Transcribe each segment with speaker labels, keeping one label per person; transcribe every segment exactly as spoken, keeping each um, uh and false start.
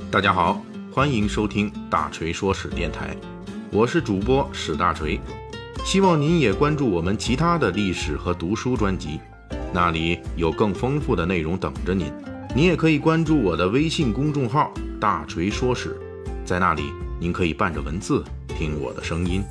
Speaker 1: 大家好，欢迎收听大锤说史电台，我是主播史大锤，希望您也关注我们其他的历史和读书专辑，那里有更丰富的内容等着您。您也可以关注我的微信公众号大锤说史，在那里您可以伴着文字听我的声音。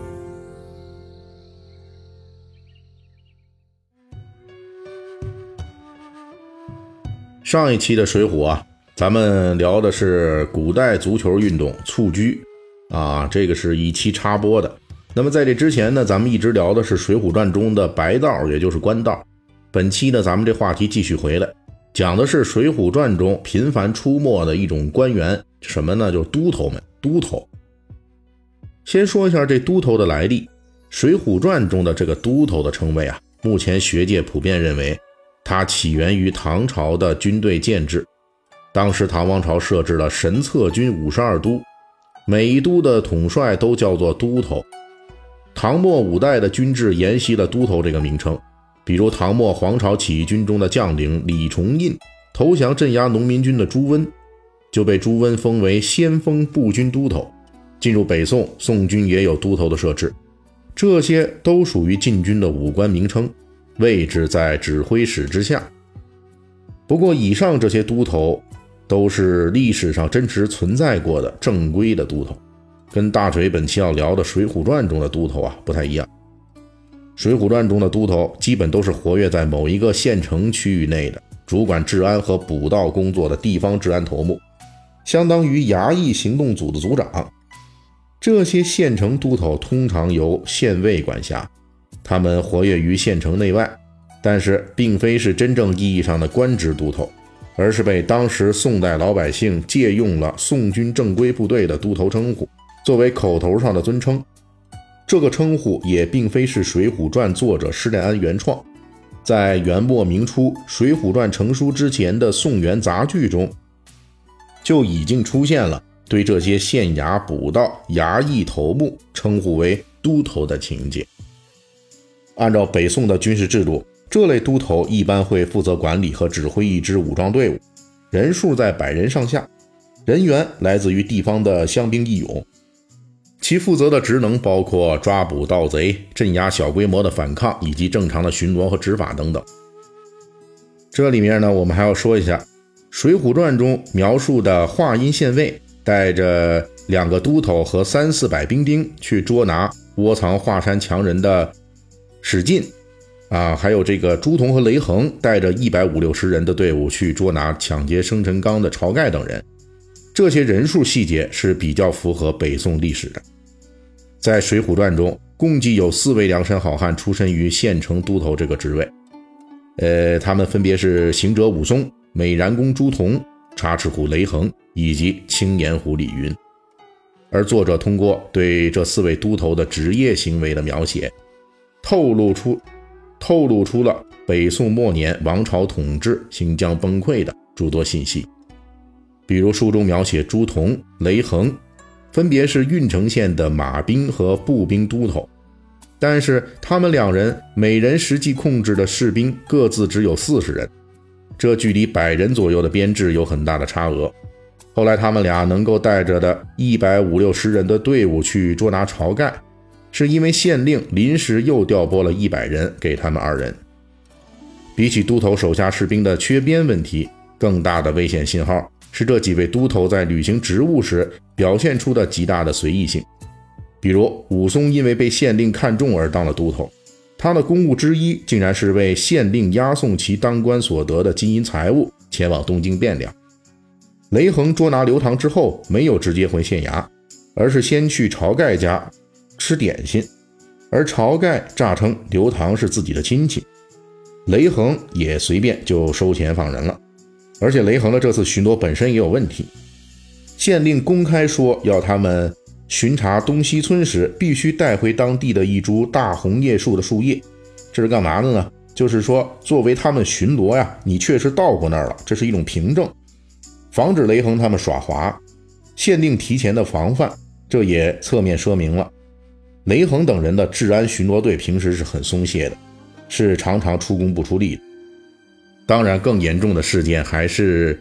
Speaker 1: 上一期的水浒啊，咱们聊的是古代足球运动蹴鞠啊，这个是一期插播的。那么在这之前呢，咱们一直聊的是水浒传中的白道，也就是官道。本期呢，咱们这话题继续回来，讲的是水浒传中频繁出没的一种官员，什么呢？就是都头们，都头。先说一下这都头的来历。水浒传中的这个都头的称谓啊，目前学界普遍认为它起源于唐朝的军队建制。当时唐王朝设置了神策军五十二都，每一都的统帅都叫做都头。唐末五代的军制沿袭了都头这个名称，比如唐末黄巢起义军中的将领李重印投降镇压农民军的朱温，就被朱温封为先锋步军都头。进入北宋，宋军也有都头的设置，这些都属于禁军的武官名称，位置在指挥使之下。不过以上这些都头都是历史上真实存在过的正规的都头，跟大锤本期要聊的水浒传中的都头啊不太一样。水浒传中的都头基本都是活跃在某一个县城区域内的，主管治安和捕盗工作的地方治安头目，相当于衙役行动组的组长。这些县城都头通常由县尉管辖，他们活跃于县城内外，但是并非是真正意义上的官职都头，而是被当时宋代老百姓借用了宋军正规部队的都头称呼，作为口头上的尊称。这个称呼也并非是水浒传作者施耐庵原创，在元末明初水浒传成书之前的宋元杂剧中就已经出现了对这些县衙捕盗衙役头目称呼为都头的情节。按照北宋的军事制度，这类都头一般会负责管理和指挥一支武装队伍，人数在百人上下，人员来自于地方的乡兵义勇，其负责的职能包括抓捕盗贼、镇压小规模的反抗，以及正常的巡逻和执法等等。这里面呢，我们还要说一下水浒传中描述的华阴县尉带着两个都头和三四百兵丁去捉拿窝藏华山强人的史进啊，还有这个朱仝和雷横带着一百五六十人的队伍去捉拿抢劫生辰纲的晁盖等人，这些人数细节是比较符合北宋历史的。在水浒传中共计有四位梁山好汉出身于县城都头这个职位，呃，他们分别是行者武松、美髯公朱仝、插翅虎雷横以及青眼虎李云。而作者通过对这四位都头的职业行为的描写，透露出透露出了北宋末年王朝统治行将崩溃的诸多信息。比如书中描写朱仝、雷横分别是郓城县的马兵和步兵都头，但是他们两人每人实际控制的士兵各自只有四十人，这距离百人左右的编制有很大的差额。后来他们俩能够带着的一百五六十人的队伍去捉拿晁盖，是因为县令临时又调拨了一百人给他们二人。比起都头手下士兵的缺编问题，更大的危险信号是这几位都头在履行职务时表现出的极大的随意性。比如武松因为被县令看中而当了都头，他的公务之一竟然是为县令押送其当官所得的金银财物前往东京汴梁。雷横捉拿刘唐之后没有直接回县衙，而是先去晁盖家吃点心，而晁盖诈称刘唐是自己的亲戚，雷横也随便就收钱放人了。而且雷横的这次巡逻本身也有问题，县令公开说要他们巡查东西村时必须带回当地的一株大红叶树的树叶，这是干嘛的呢？就是说作为他们巡逻呀，你确实到过那儿了，这是一种凭证，防止雷横他们耍滑。县令提前的防范，这也侧面说明了雷横等人的治安巡逻队平时是很松懈的，是常常出工不出力的。当然更严重的事件还是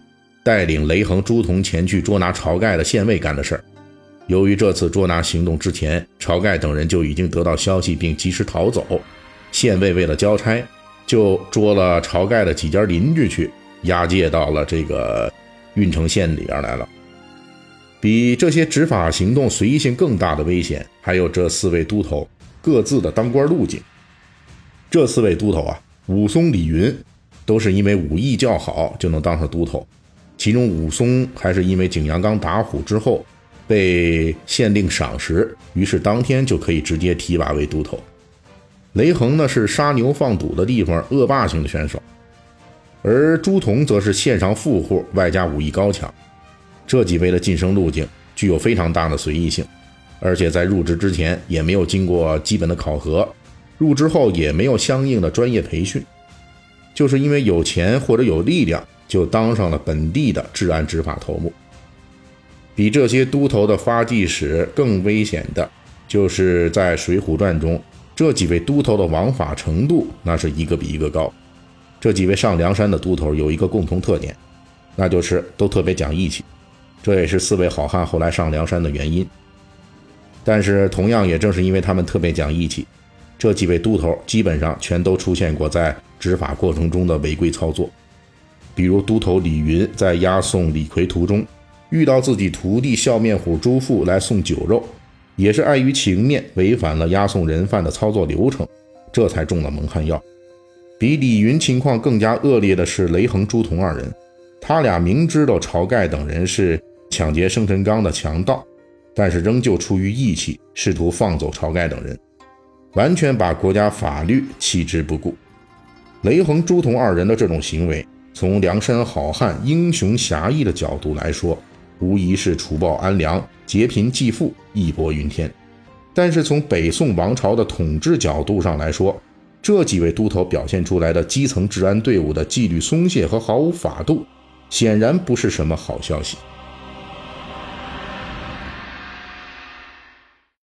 Speaker 1: 带领雷横、朱仝前去捉拿晁盖的县尉干的事儿。由于这次捉拿行动之前，晁盖等人就已经得到消息并及时逃走，县尉为了交差，就捉了晁盖的几家邻居去押解到了这个郓城县里边来了。比这些执法行动随意性更大的危险，还有这四位都头各自的当官路径。这四位都头啊，武松、李云都是因为武艺较好就能当上都头，其中武松还是因为景阳冈打虎之后被县令赏识，于是当天就可以直接提拔为都头。雷横呢是杀牛放赌的地方恶霸型的选手，而朱仝则是县上富户，外加武艺高强。这几位的晋升路径具有非常大的随意性，而且在入职之前也没有经过基本的考核，入职后也没有相应的专业培训，就是因为有钱或者有力量就当上了本地的治安执法头目。比这些都头的发迹史更危险的就是在《水浒传》中这几位都头的王法程度那是一个比一个高。这几位上梁山的都头有一个共同特点，那就是都特别讲义气，这也是四位好汉后来上梁山的原因。但是同样也正是因为他们特别讲义气，这几位都头基本上全都出现过在执法过程中的违规操作。比如都头李云在押送李逵途中遇到自己徒弟笑面虎朱富来送酒肉，也是碍于情面违反了押送人犯的操作流程，这才中了蒙汗药。比李云情况更加恶劣的是雷横、朱仝二人，他俩明知道晁盖等人是抢劫生辰纲的强盗，但是仍旧出于义气试图放走晁盖等人，完全把国家法律弃之不顾。雷横、朱仝二人的这种行为，从梁山好汉英雄侠义的角度来说，无疑是除暴安良、劫贫济富、义薄云天。但是从北宋王朝的统治角度上来说，这几位都头表现出来的基层治安队伍的纪律松懈和毫无法度，显然不是什么好消息。